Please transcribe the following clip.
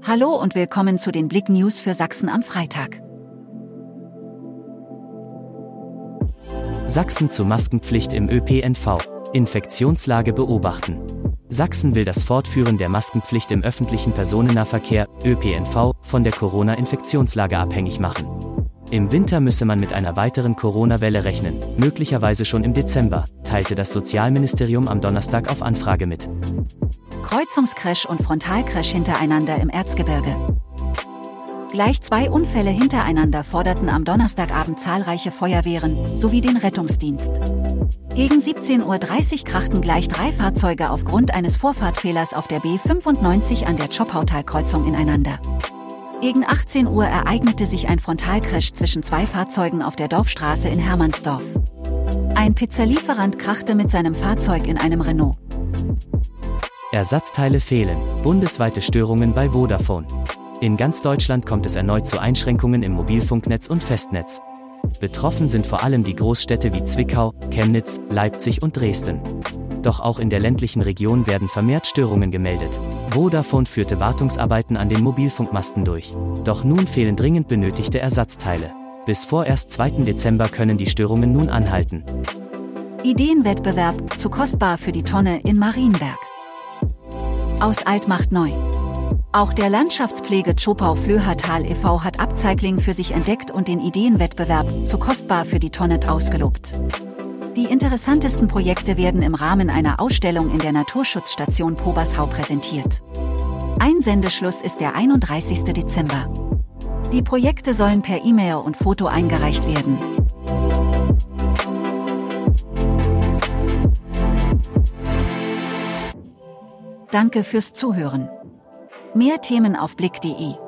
Hallo und willkommen zu den Blick News für Sachsen am Freitag. Sachsen zur Maskenpflicht im ÖPNV. Infektionslage beobachten. Sachsen will das Fortführen der Maskenpflicht im öffentlichen Personennahverkehr, ÖPNV, von der Corona-Infektionslage abhängig machen. Im Winter müsse man mit einer weiteren Corona-Welle rechnen, möglicherweise schon im Dezember, teilte das Sozialministerium am Donnerstag auf Anfrage mit. Kreuzungscrash und Frontalcrash hintereinander im Erzgebirge. Gleich 2 Unfälle hintereinander forderten am Donnerstagabend zahlreiche Feuerwehren sowie den Rettungsdienst. Gegen 17:30 Uhr krachten gleich 3 Fahrzeuge aufgrund eines Vorfahrtfehlers auf der B95 an der Zschopautal-Kreuzung ineinander. Gegen 18 Uhr ereignete sich ein Frontalcrash zwischen 2 Fahrzeugen auf der Dorfstraße in Hermannsdorf. Ein Pizzalieferant krachte mit seinem Fahrzeug in einem Renault. Ersatzteile fehlen. Bundesweite Störungen bei Vodafone. In ganz Deutschland kommt es erneut zu Einschränkungen im Mobilfunknetz und Festnetz. Betroffen sind vor allem die Großstädte wie Zwickau, Chemnitz, Leipzig und Dresden. Doch auch in der ländlichen Region werden vermehrt Störungen gemeldet. Vodafone führte Wartungsarbeiten an den Mobilfunkmasten durch. Doch nun fehlen dringend benötigte Ersatzteile. Bis vorerst 2. Dezember können die Störungen nun anhalten. Ideenwettbewerb, zu kostbar für die Tonne in Marienberg. Aus Alt macht neu. Auch der Landschaftspflege Zschopau-Flöhertal e.V. hat Upcycling für sich entdeckt und den Ideenwettbewerb zu kostbar für die Tonne ausgelobt. Die interessantesten Projekte werden im Rahmen einer Ausstellung in der Naturschutzstation Pobershau präsentiert. Einsendeschluss ist der 31. Dezember. Die Projekte sollen per E-Mail und Foto eingereicht werden. Danke fürs Zuhören. Mehr Themen auf blick.de